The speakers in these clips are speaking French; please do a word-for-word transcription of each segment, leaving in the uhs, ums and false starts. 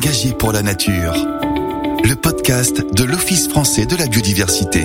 Engagé pour la nature, le podcast de l'Office français de la biodiversité.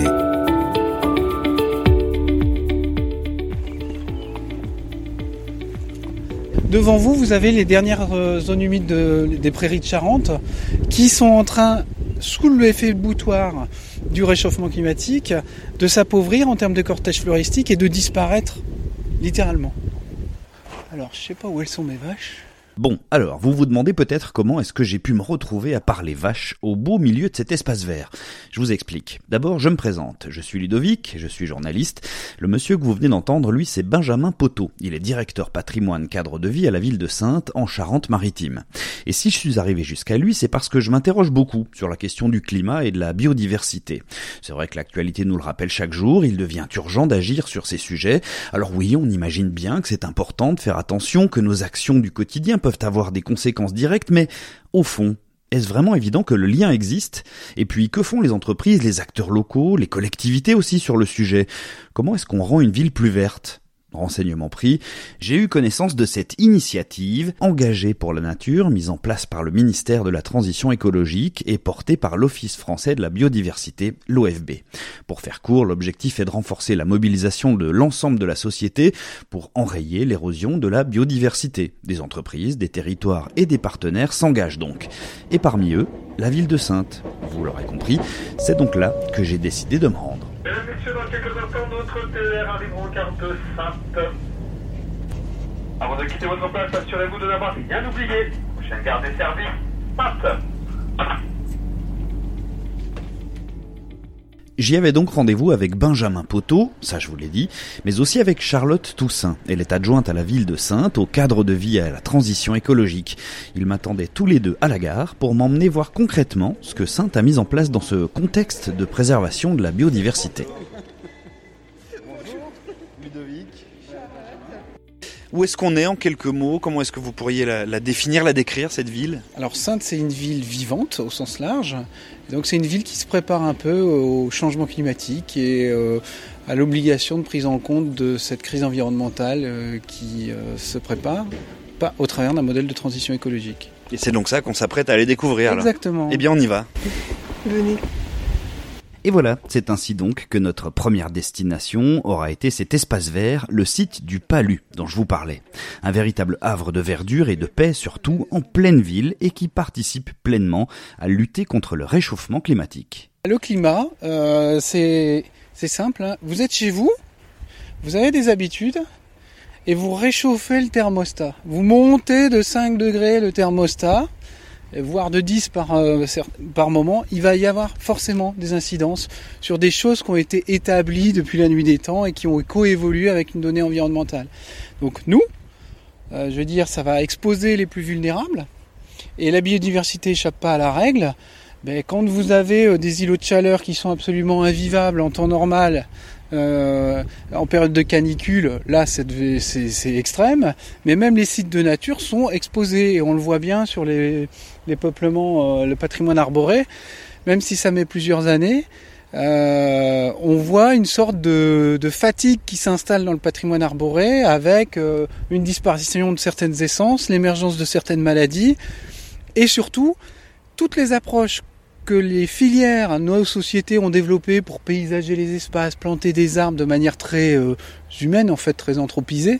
Devant vous, vous avez les dernières zones humides de, des prairies de Charente qui sont en train, sous l'effet boutoir du réchauffement climatique, de s'appauvrir en termes de cortège floristique et de disparaître littéralement. Alors, je sais pas où elles sont mes vaches. Bon, alors, vous vous demandez peut-être comment est-ce que j'ai pu me retrouver à parler vaches au beau milieu de cet espace vert. Je vous explique. D'abord, je me présente. Je suis Ludovic, je suis journaliste. Le monsieur que vous venez d'entendre, lui, c'est Benjamin Poteau. Il est directeur patrimoine cadre de vie à la ville de Saintes, en Charente-Maritime. Et si je suis arrivé jusqu'à lui, c'est parce que je m'interroge beaucoup sur la question du climat et de la biodiversité. C'est vrai que l'actualité nous le rappelle chaque jour, il devient urgent d'agir sur ces sujets. Alors oui, on imagine bien que c'est important de faire attention, que nos actions du quotidien peuvent avoir des conséquences directes, mais au fond, est-ce vraiment évident que le lien existe ? Et puis, que font les entreprises, les acteurs locaux, les collectivités aussi sur le sujet ? Comment est-ce qu'on rend une ville plus verte ? Renseignement pris, j'ai eu connaissance de cette initiative engagée pour la nature, mise en place par le ministère de la Transition écologique et portée par l'Office français de la biodiversité, l'O F B. Pour faire court, l'objectif est de renforcer la mobilisation de l'ensemble de la société pour enrayer l'érosion de la biodiversité. Des entreprises, des territoires et des partenaires s'engagent donc. Et parmi eux, la ville de Saintes. Vous l'aurez compris, c'est donc là que j'ai décidé de me rendre. Mesdames, Messieurs, dans quelques instants, notre T E R arrivera au quart de Saintes. Avant de quitter votre place, assurez-vous de n'avoir rien oublié. Prochaine gare desservie, Saintes. J'y avais donc rendez-vous avec Benjamin Poteau, ça je vous l'ai dit, mais aussi avec Charlotte Toussaint. Elle est adjointe à la ville de Saintes, au cadre de vie à la transition écologique. Ils m'attendaient tous les deux à la gare pour m'emmener voir concrètement ce que Saintes a mis en place dans ce contexte de préservation de la biodiversité. Bonjour, Ludovic. Où est-ce qu'on est en quelques mots ? Comment est-ce que vous pourriez la, la définir, la décrire, cette ville ? Alors Saintes, c'est une ville vivante au sens large. Donc c'est une ville qui se prépare un peu au changement climatique et euh, à l'obligation de prise en compte de cette crise environnementale euh, qui euh, se prépare pas au travers d'un modèle de transition écologique. Et c'est donc ça qu'on s'apprête à aller découvrir. Exactement. Alors. Eh bien on y va. Venez. Et voilà, c'est ainsi donc que notre première destination aura été cet espace vert, le site du Palu dont je vous parlais. Un véritable havre de verdure et de paix surtout en pleine ville et qui participe pleinement à lutter contre le réchauffement climatique. Le climat, euh, c'est, c'est simple, hein. Vous êtes chez vous, vous avez des habitudes et vous réchauffez le thermostat. Vous montez de cinq degrés le thermostat, voire de dix par, euh, par moment, il va y avoir forcément des incidences sur des choses qui ont été établies depuis la nuit des temps et qui ont coévolué avec une donnée environnementale. Donc nous, euh, je veux dire, ça va exposer les plus vulnérables et la biodiversité échappe pas à la règle. Ben, quand vous avez des îlots de chaleur qui sont absolument invivables en temps normal, Euh, en période de canicule, là c'est, c'est, c'est extrême, mais même les sites de nature sont exposés et on le voit bien sur les, les peuplements, euh, le patrimoine arboré, même si ça met plusieurs années, euh, on voit une sorte de, de fatigue qui s'installe dans le patrimoine arboré avec euh, une disparition de certaines essences, l'émergence de certaines maladies et surtout toutes les approches que les filières, nos sociétés ont développées pour paysager les espaces, planter des arbres de manière très euh, humaine, en fait très anthropisée,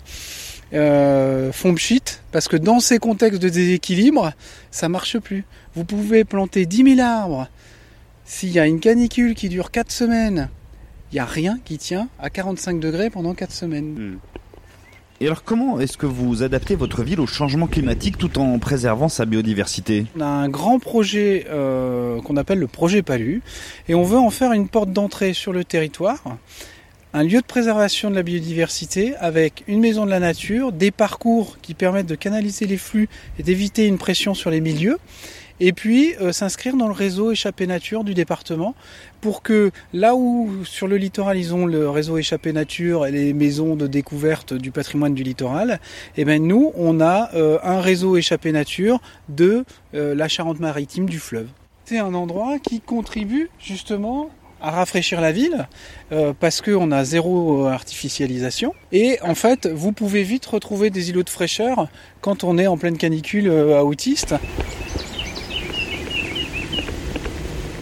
euh, font pchit, parce que dans ces contextes de déséquilibre, ça marche plus. Vous pouvez planter dix mille arbres, s'il y a une canicule qui dure quatre semaines, il n'y a rien qui tient à quarante-cinq degrés pendant quatre semaines. Mmh. Et alors comment est-ce que vous adaptez votre ville au changement climatique tout en préservant sa biodiversité ? On a un grand projet euh, qu'on appelle le projet Palu et on veut en faire une porte d'entrée sur le territoire, un lieu de préservation de la biodiversité avec une maison de la nature, des parcours qui permettent de canaliser les flux et d'éviter une pression sur les milieux. Et puis euh, s'inscrire dans le réseau Échappée Nature du département pour que là où sur le littoral ils ont le réseau Échappée Nature et les maisons de découverte du patrimoine du littoral, et ben nous on a euh, un réseau Échappée Nature de euh, la Charente-Maritime du fleuve. C'est un endroit qui contribue justement à rafraîchir la ville euh, parce qu'on a zéro artificialisation et en fait vous pouvez vite retrouver des îlots de fraîcheur quand on est en pleine canicule euh, à Autiste.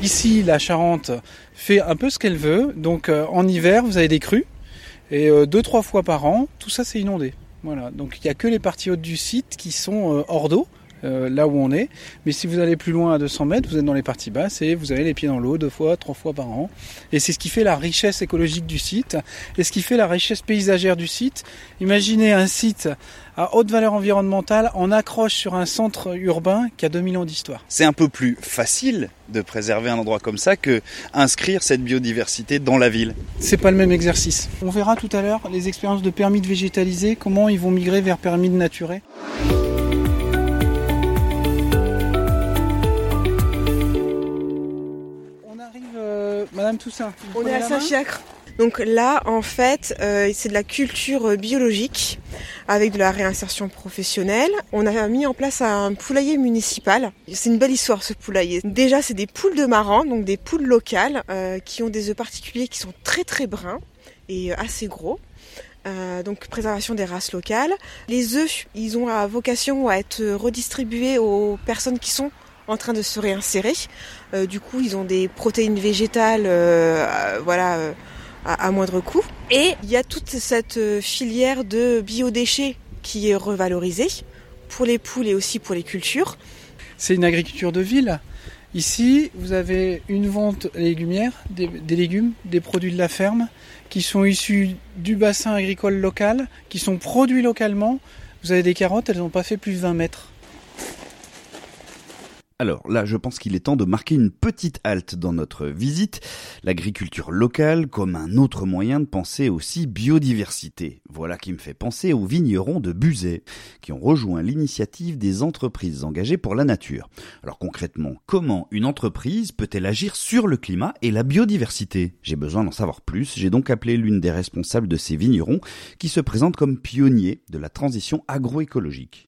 Ici, la Charente fait un peu ce qu'elle veut. Donc euh, en hiver, vous avez des crues. Et euh, deux, trois fois par an, tout ça c'est inondé. Voilà. Donc il n'y a que les parties hautes du site qui sont euh, hors d'eau. Euh, là où on est, mais si vous allez plus loin à deux cents mètres, vous êtes dans les parties basses et vous avez les pieds dans l'eau deux fois, trois fois par an. Et c'est ce qui fait la richesse écologique du site et ce qui fait la richesse paysagère du site. Imaginez un site à haute valeur environnementale en accroche sur un centre urbain qui a deux mille ans d'histoire. C'est un peu plus facile de préserver un endroit comme ça que inscrire cette biodiversité dans la ville. C'est pas le même exercice. On verra tout à l'heure les expériences de permis de végétaliser, comment ils vont migrer vers permis de naturer. Madame Toussaint, on est à Saint-Fiacre. Donc là, en fait, euh, c'est de la culture biologique avec de la réinsertion professionnelle. On a mis en place un poulailler municipal. C'est une belle histoire, ce poulailler. Déjà, c'est des poules de marans, donc des poules locales euh, qui ont des œufs particuliers qui sont très très bruns et assez gros. Euh, donc préservation des races locales. Les œufs, ils ont à vocation à être redistribués aux personnes qui sont en train de se réinsérer. Euh, du coup, ils ont des protéines végétales, euh, euh, voilà, euh, à, à moindre coût. Et il y a toute cette filière de biodéchets qui est revalorisée pour les poules et aussi pour les cultures. C'est une agriculture de ville. Ici, vous avez une vente légumière, des, des légumes, des produits de la ferme, qui sont issus du bassin agricole local, qui sont produits localement. Vous avez des carottes, elles n'ont pas fait plus de vingt mètres. Alors là, je pense qu'il est temps de marquer une petite halte dans notre visite. L'agriculture locale comme un autre moyen de penser aussi biodiversité. Voilà qui me fait penser aux vignerons de Buzet, qui ont rejoint l'initiative des entreprises engagées pour la nature. Alors concrètement, comment une entreprise peut-elle agir sur le climat et la biodiversité ? J'ai besoin d'en savoir plus. J'ai donc appelé l'une des responsables de ces vignerons, qui se présente comme pionnier de la transition agroécologique.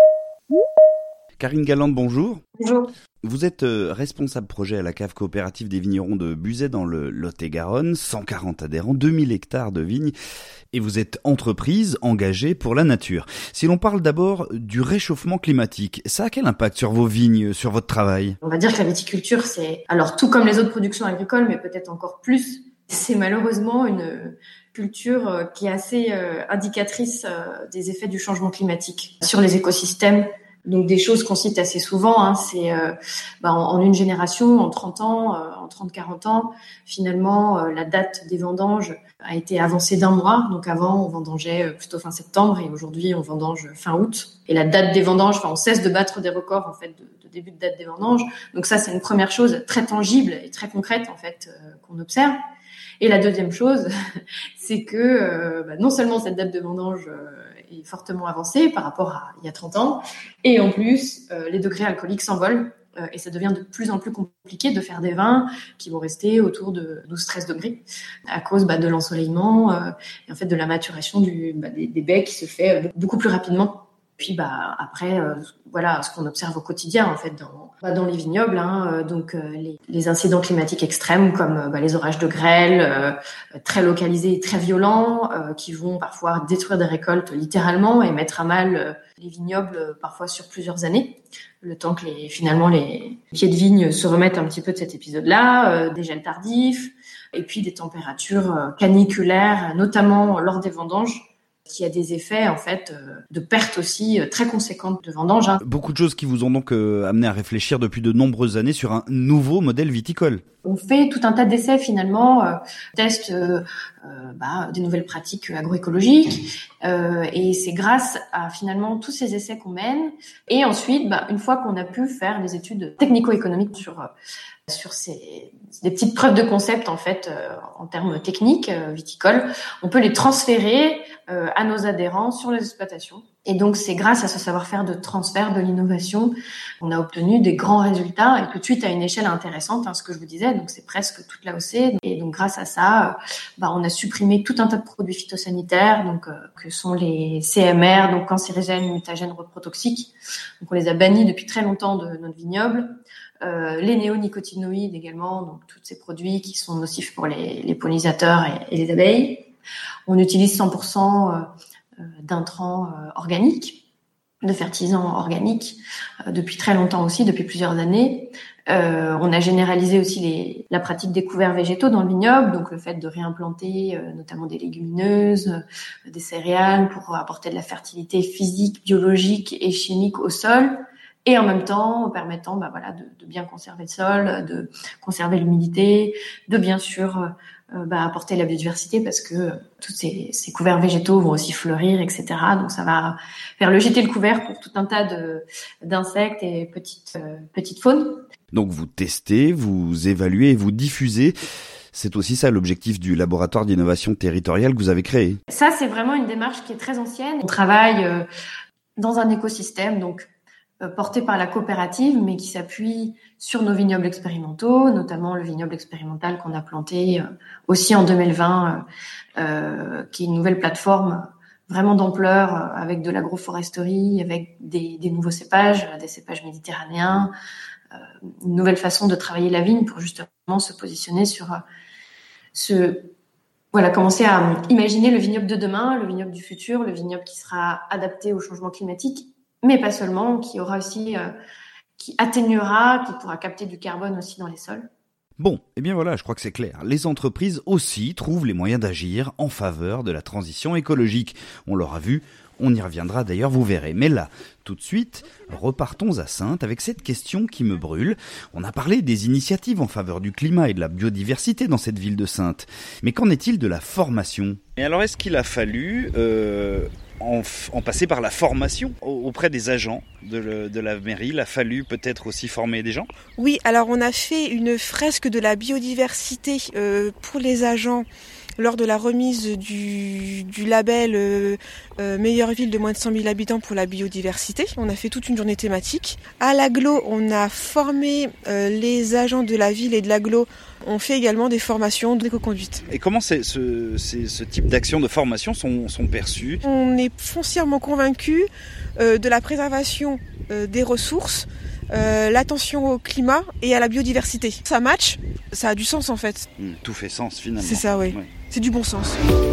Karine Galante, bonjour. Bonjour. Vous êtes euh, responsable projet à la cave coopérative des vignerons de Buzet dans le Lot-et-Garonne, cent quarante adhérents, deux mille hectares de vignes, et vous êtes entreprise engagée pour la nature. Si l'on parle d'abord du réchauffement climatique, ça a quel impact sur vos vignes, sur votre travail ? On va dire que la viticulture, c'est, alors tout comme les autres productions agricoles, mais peut-être encore plus, c'est malheureusement une culture qui est assez euh, indicatrice euh, des effets du changement climatique sur les écosystèmes. Donc des choses qu'on cite assez souvent, hein, c'est euh, bah, en, en une génération, en trente ans, euh, en trente quarante ans, finalement euh, la date des vendanges a été avancée d'un mois. Donc avant on vendangeait plutôt fin septembre et aujourd'hui on vendange fin août. Et la date des vendanges, enfin on cesse de battre des records en fait de, de début de date des vendanges. Donc ça c'est une première chose très tangible et très concrète en fait euh, qu'on observe. Et la deuxième chose, c'est que euh, bah, non seulement cette date de vendange euh, est fortement avancée par rapport à il y a trente ans, et en plus, euh, les degrés alcooliques s'envolent euh, et ça devient de plus en plus compliqué de faire des vins qui vont rester autour de douze treize degrés à cause bah, de l'ensoleillement euh, et en fait de la maturation du, bah, des, des baies qui se fait beaucoup plus rapidement. Puis bah après euh, voilà ce qu'on observe au quotidien en fait dans bah, dans les vignobles hein, euh, donc euh, les, les incidents climatiques extrêmes comme euh, bah, les orages de grêle euh, très localisés et très violents euh, qui vont parfois détruire des récoltes littéralement et mettre à mal euh, les vignobles euh, parfois sur plusieurs années le temps que les finalement les pieds de vigne se remettent un petit peu de cet épisode-là, euh, des gels tardifs et puis des températures euh, caniculaires notamment lors des vendanges, qui a des effets en fait euh, de perte aussi euh, très conséquentes de vendanges. Hein. Beaucoup de choses qui vous ont donc euh, amené à réfléchir depuis de nombreuses années sur un nouveau modèle viticole. On fait tout un tas d'essais finalement, euh, tests euh, euh, bah, des nouvelles pratiques agroécologiques euh, et c'est grâce à finalement tous ces essais qu'on mène et ensuite bah, une fois qu'on a pu faire des études technico-économiques sur euh, sur ces des petites preuves de concept en fait euh, en termes techniques euh, viticoles, on peut les transférer euh, à nos adhérents sur les exploitations. Et donc c'est grâce à ce savoir-faire de transfert de l'innovation qu'on a obtenu des grands résultats et tout de suite à une échelle intéressante, hein, ce que je vous disais, donc c'est presque toute l'A O C. Et donc grâce à ça, euh, bah, on a supprimé tout un tas de produits phytosanitaires, donc euh, que sont les C M R, donc cancérigènes, mutagènes, reprotoxiques. Donc on les a bannis depuis très longtemps de notre vignoble. Euh, les néonicotinoïdes également, donc tous ces produits qui sont nocifs pour les, les pollinisateurs et, et les abeilles. On utilise cent pour cent euh, d'intrants euh, organiques. de fertilisants organiques euh, depuis très longtemps aussi, depuis plusieurs années. Euh, on a généralisé aussi les, la pratique des couverts végétaux dans le vignoble, donc le fait de réimplanter euh, notamment des légumineuses, euh, des céréales pour apporter de la fertilité physique, biologique et chimique au sol, et en même temps en permettant bah, voilà, de, de bien conserver le sol, de conserver l'humidité, de bien sûr euh, bah, apporter la biodiversité parce que euh, tous ces, ces couverts végétaux vont aussi fleurir, et cetera. Donc ça va faire le jeter le couvert pour tout un tas de, d'insectes et petites, euh, petites faunes. Donc vous testez, vous évaluez et vous diffusez. C'est aussi ça l'objectif du laboratoire d'innovation territoriale que vous avez créé. Ça, c'est vraiment une démarche qui est très ancienne. On travaille euh, dans un écosystème donc euh, porté par la coopérative, mais qui s'appuie sur nos vignobles expérimentaux, notamment le vignoble expérimental qu'on a planté euh, aussi en deux mille vingt, euh, euh, qui est une nouvelle plateforme vraiment d'ampleur euh, avec de l'agroforesterie, avec des, des nouveaux cépages, des cépages méditerranéens, une nouvelle façon de travailler la vigne pour justement se positionner sur ce, voilà, commencer à imaginer le vignoble de demain, le vignoble du futur, le vignoble qui sera adapté au changement climatique, mais pas seulement, qui aura aussi, euh, qui atténuera, qui pourra capter du carbone aussi dans les sols. Bon, eh bien voilà, je crois que c'est clair. Les entreprises aussi trouvent les moyens d'agir en faveur de la transition écologique. On l'aura vu, on y reviendra d'ailleurs, vous verrez. Mais là, tout de suite, repartons à Saintes avec cette question qui me brûle. On a parlé des initiatives en faveur du climat et de la biodiversité dans cette ville de Saintes. Mais qu'en est-il de la formation ? Et alors, est-ce qu'il a fallu euh, en, en passer par la formation auprès des agents de, le, de la mairie ? Il a fallu peut-être aussi former des gens ? Oui, alors on a fait une fresque de la biodiversité euh, pour les agents lors de la remise du, du label euh, euh, meilleure ville de moins de cent mille habitants pour la biodiversité. On a fait toute une journée thématique. À l'agglo, on a formé euh, les agents de la ville et de l'agglo. On fait également des formations d'éco-conduite. Et comment c'est, ce, c'est, ce type d'actions de formation sont, sont perçues ? On est foncièrement convaincus euh, de la préservation euh, des ressources, Euh, l'attention au climat et à la biodiversité. Ça match, ça a du sens en fait. Mmh, tout fait sens finalement. C'est ça, oui. Ouais. C'est du bon sens.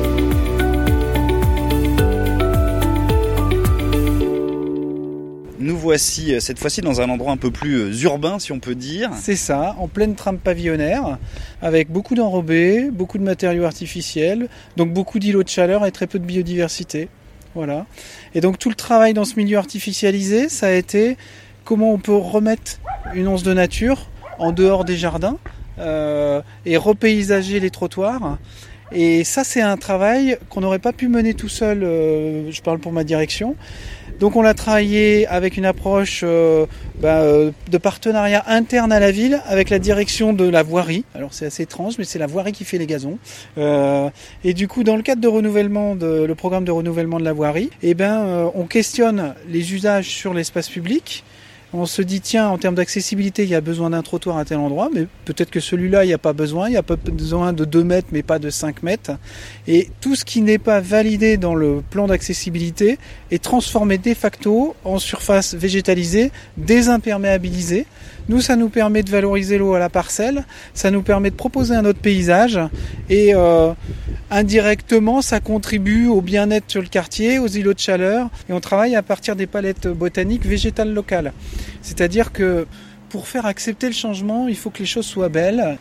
Nous voici cette fois-ci dans un endroit un peu plus urbain, si on peut dire. C'est ça, en pleine trame pavillonnaire, avec beaucoup d'enrobés, beaucoup de matériaux artificiels, donc beaucoup d'îlots de chaleur et très peu de biodiversité. Voilà. Et donc tout le travail dans ce milieu artificialisé, ça a été comment on peut remettre une once de nature en dehors des jardins euh, et repaysager les trottoirs. Et ça, c'est un travail qu'on n'aurait pas pu mener tout seul, euh, je parle pour ma direction. Donc on l'a travaillé avec une approche euh, bah, euh, de partenariat interne à la ville avec la direction de la voirie. Alors c'est assez étrange, mais c'est la voirie qui fait les gazons. Euh, et du coup, dans le cadre de renouvellement, de, le programme de renouvellement de la voirie, eh ben, euh, on questionne les usages sur l'espace public. On se dit, tiens, en termes d'accessibilité, il y a besoin d'un trottoir à tel endroit, mais peut-être que celui-là, il n'y a pas besoin. Il n'y a pas besoin de deux mètres, mais pas de cinq mètres. Et tout ce qui n'est pas validé dans le plan d'accessibilité est transformé de facto en surface végétalisée, désimperméabilisée. Nous, ça nous permet de valoriser l'eau à la parcelle, ça nous permet de proposer un autre paysage et euh, indirectement, ça contribue au bien-être sur le quartier, aux îlots de chaleur et on travaille à partir des palettes botaniques végétales locales. C'est-à-dire que pour faire accepter le changement, il faut que les choses soient belles.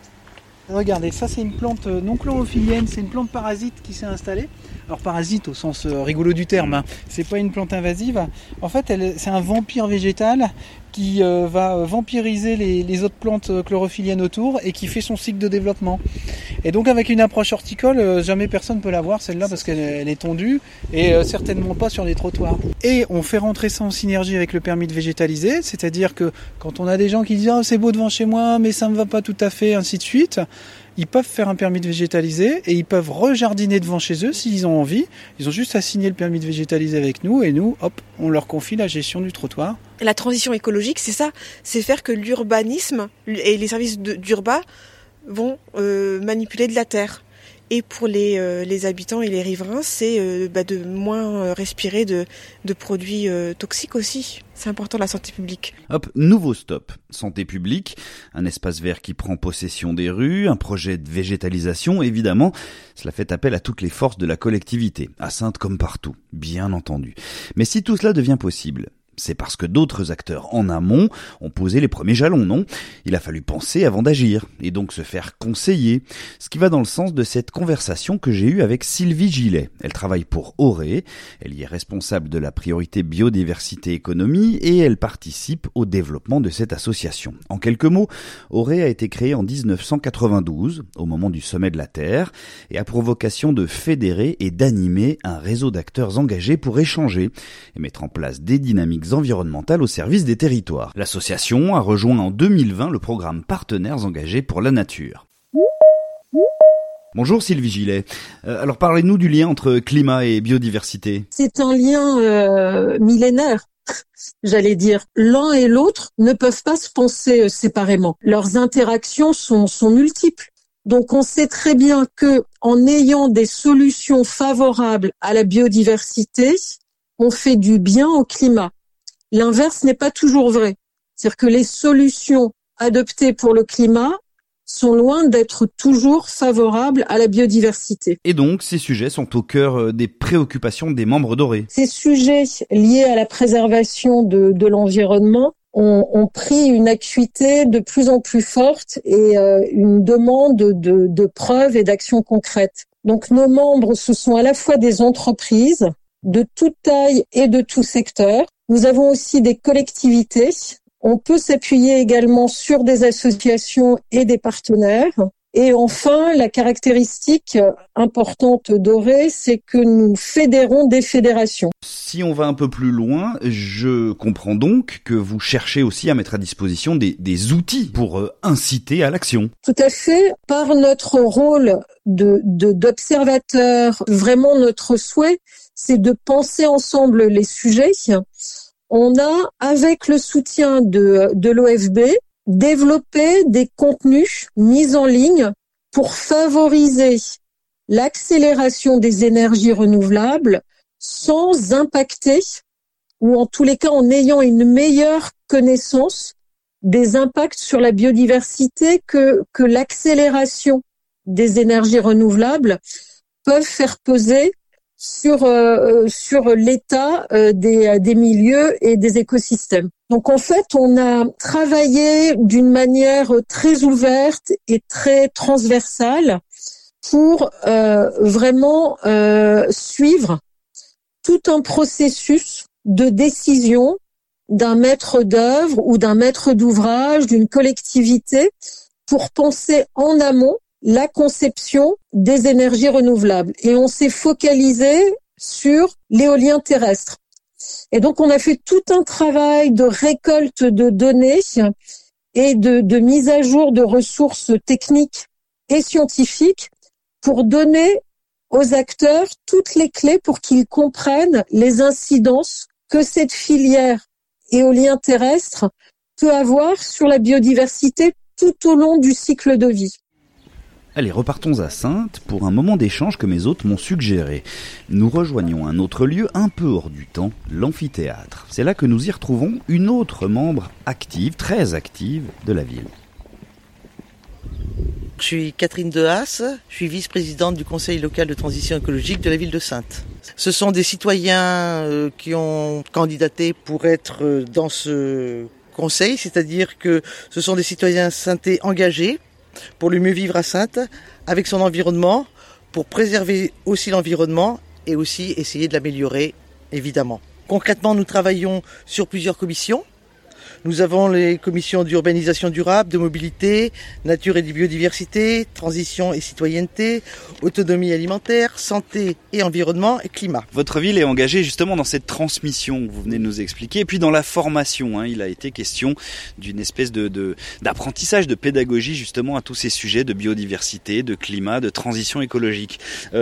Regardez, ça c'est une plante non chlorophyllienne, c'est une plante parasite qui s'est installée. Alors parasite au sens rigolo du terme, hein. C'est pas une plante invasive. En fait, elle, c'est un vampire végétal qui euh, va vampiriser les, les autres plantes chlorophylliennes autour et qui fait son cycle de développement. Et donc avec une approche horticole, euh, jamais personne ne peut la voir celle-là parce qu'elle elle est tondue et euh, certainement pas sur les trottoirs. Et on fait rentrer ça en synergie avec le permis de végétaliser, c'est-à-dire que quand on a des gens qui disent oh, c'est beau devant chez moi mais ça me va pas tout à fait, ainsi de suite, ils peuvent faire un permis de végétaliser et ils peuvent rejardiner devant chez eux s'ils ont envie. Ils ont juste à signer le permis de végétaliser avec nous et nous, hop, on leur confie la gestion du trottoir. La transition écologique, c'est ça, c'est faire que l'urbanisme et les services de, d'Urba vont euh, manipuler de la terre. Et pour les, euh, les habitants et les riverains, c'est euh, bah, de moins respirer de, de produits euh, toxiques aussi. C'est important la santé publique. Hop, nouveau stop. Santé publique, un espace vert qui prend possession des rues, un projet de végétalisation, évidemment. Cela fait appel à toutes les forces de la collectivité, à Saintes comme partout, bien entendu. Mais si tout cela devient possible, c'est parce que d'autres acteurs en amont ont posé les premiers jalons, non ? Il a fallu penser avant d'agir, et donc se faire conseiller. Ce qui va dans le sens de cette conversation que j'ai eue avec Sylvie Gillet. Elle travaille pour Oré, elle y est responsable de la priorité biodiversité économie, et elle participe au développement de cette association. En quelques mots, Oré a été créée en dix-neuf cent quatre-vingt-douze, au moment du sommet de la Terre, et a pour vocation de fédérer et d'animer un réseau d'acteurs engagés pour échanger et mettre en place des dynamiques environnementales au service des territoires. L'association a rejoint en deux mille vingt le programme Partenaires engagés pour la nature. Bonjour Sylvie Gillet. Euh, alors parlez-nous du lien entre climat et biodiversité. C'est un lien euh, millénaire. J'allais dire, l'un et l'autre ne peuvent pas se penser séparément. Leurs interactions sont, sont multiples. Donc on sait très bien que en ayant des solutions favorables à la biodiversité, on fait du bien au climat. L'inverse n'est pas toujours vrai. C'est-à-dire que les solutions adoptées pour le climat sont loin d'être toujours favorables à la biodiversité. Et donc, ces sujets sont au cœur des préoccupations des membres d'Oré. Ces sujets liés à la préservation de, de l'environnement ont, ont pris une acuité de plus en plus forte et euh, une demande de, de preuves et d'actions concrètes. Donc, nos membres, ce sont à la fois des entreprises de toute taille et de tout secteur. Nous avons aussi des collectivités. On peut s'appuyer également sur des associations et des partenaires. Et enfin, la caractéristique importante d'Oré, c'est que nous fédérons des fédérations. Si on va un peu plus loin, je comprends donc que vous cherchez aussi à mettre à disposition des, des outils pour euh, inciter à l'action. Tout à fait. Par notre rôle de, de, d'observateur, vraiment notre souhait, c'est de penser ensemble les sujets. On a, avec le soutien de, de l'O F B, développé des contenus mis en ligne pour favoriser l'accélération des énergies renouvelables sans impacter, ou en tous les cas en ayant une meilleure connaissance des impacts sur la biodiversité que, que l'accélération des énergies renouvelables peuvent faire peser sur euh, sur l'état euh, des des milieux et des écosystèmes. Donc en fait, on a travaillé d'une manière très ouverte et très transversale pour euh, vraiment euh, suivre tout un processus de décision d'un maître d'œuvre ou d'un maître d'ouvrage, d'une collectivité, pour penser en amont la conception des énergies renouvelables. Et on s'est focalisé sur l'éolien terrestre. Et donc, on a fait tout un travail de récolte de données et de, de mise à jour de ressources techniques et scientifiques pour donner aux acteurs toutes les clés pour qu'ils comprennent les incidences que cette filière éolien terrestre peut avoir sur la biodiversité tout au long du cycle de vie. Allez, repartons à Saintes pour un moment d'échange que mes hôtes m'ont suggéré. Nous rejoignons un autre lieu un peu hors du temps, l'amphithéâtre. C'est là que nous y retrouvons une autre membre active, très active de la ville. Je suis Catherine Dehaas, je suis vice-présidente du Conseil local de transition écologique de la ville de Saintes. Ce sont des citoyens euh, qui ont candidaté pour être dans ce conseil, c'est-à-dire que ce sont des citoyens saintais engagés pour le mieux vivre à Saintes, avec son environnement, pour préserver aussi l'environnement et aussi essayer de l'améliorer, évidemment. Concrètement, nous travaillons sur plusieurs commissions. Nous avons les commissions d'urbanisation durable, de mobilité, nature et de biodiversité, transition et citoyenneté, autonomie alimentaire, santé et environnement et climat. Votre ville est engagée justement dans cette transmission que vous venez de nous expliquer, et puis dans la formation. Hein, il a été question d'une espèce de, de d'apprentissage, de pédagogie justement à tous ces sujets de biodiversité, de climat, de transition écologique. Euh,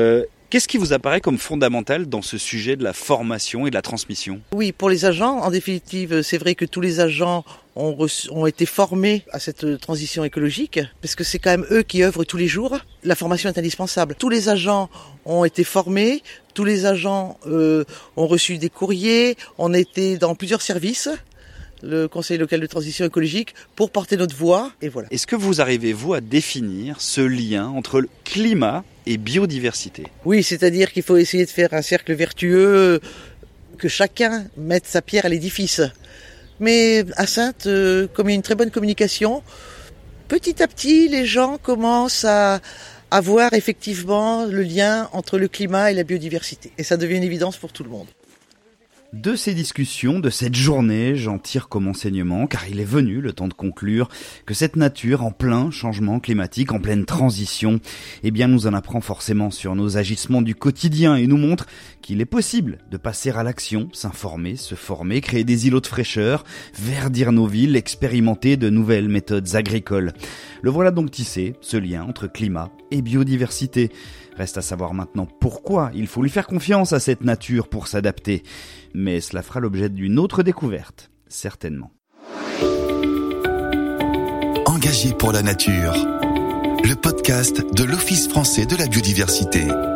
Qu'est-ce qui vous apparaît comme fondamental dans ce sujet de la formation et de la transmission ? Oui, pour les agents, en définitive, c'est vrai que tous les agents ont, reçu, ont été formés à cette transition écologique, parce que c'est quand même eux qui œuvrent tous les jours. La formation est indispensable. Tous les agents ont été formés, tous les agents euh, ont reçu des courriers, on a été dans plusieurs services, le Conseil local de transition écologique, pour porter notre voix, et voilà. Est-ce que vous arrivez, vous, à définir ce lien entre le climat et biodiversité ? Oui, c'est-à-dire qu'il faut essayer de faire un cercle vertueux, que chacun mette sa pierre à l'édifice. Mais à Saintes, euh, comme il y a une très bonne communication, petit à petit, les gens commencent à, à voir effectivement le lien entre le climat et la biodiversité. Et ça devient une évidence pour tout le monde. De ces discussions, de cette journée, j'en tire comme enseignement, car il est venu le temps de conclure, que cette nature en plein changement climatique, en pleine transition, eh bien nous en apprend forcément sur nos agissements du quotidien et nous montre qu'il est possible de passer à l'action, s'informer, se former, créer des îlots de fraîcheur, verdir nos villes, expérimenter de nouvelles méthodes agricoles. Le voilà donc tissé, ce lien entre climat et biodiversité. Reste à savoir maintenant pourquoi il faut lui faire confiance à cette nature pour s'adapter. Mais cela fera l'objet d'une autre découverte, certainement. Engagé pour la nature, le podcast de l'Office français de la biodiversité.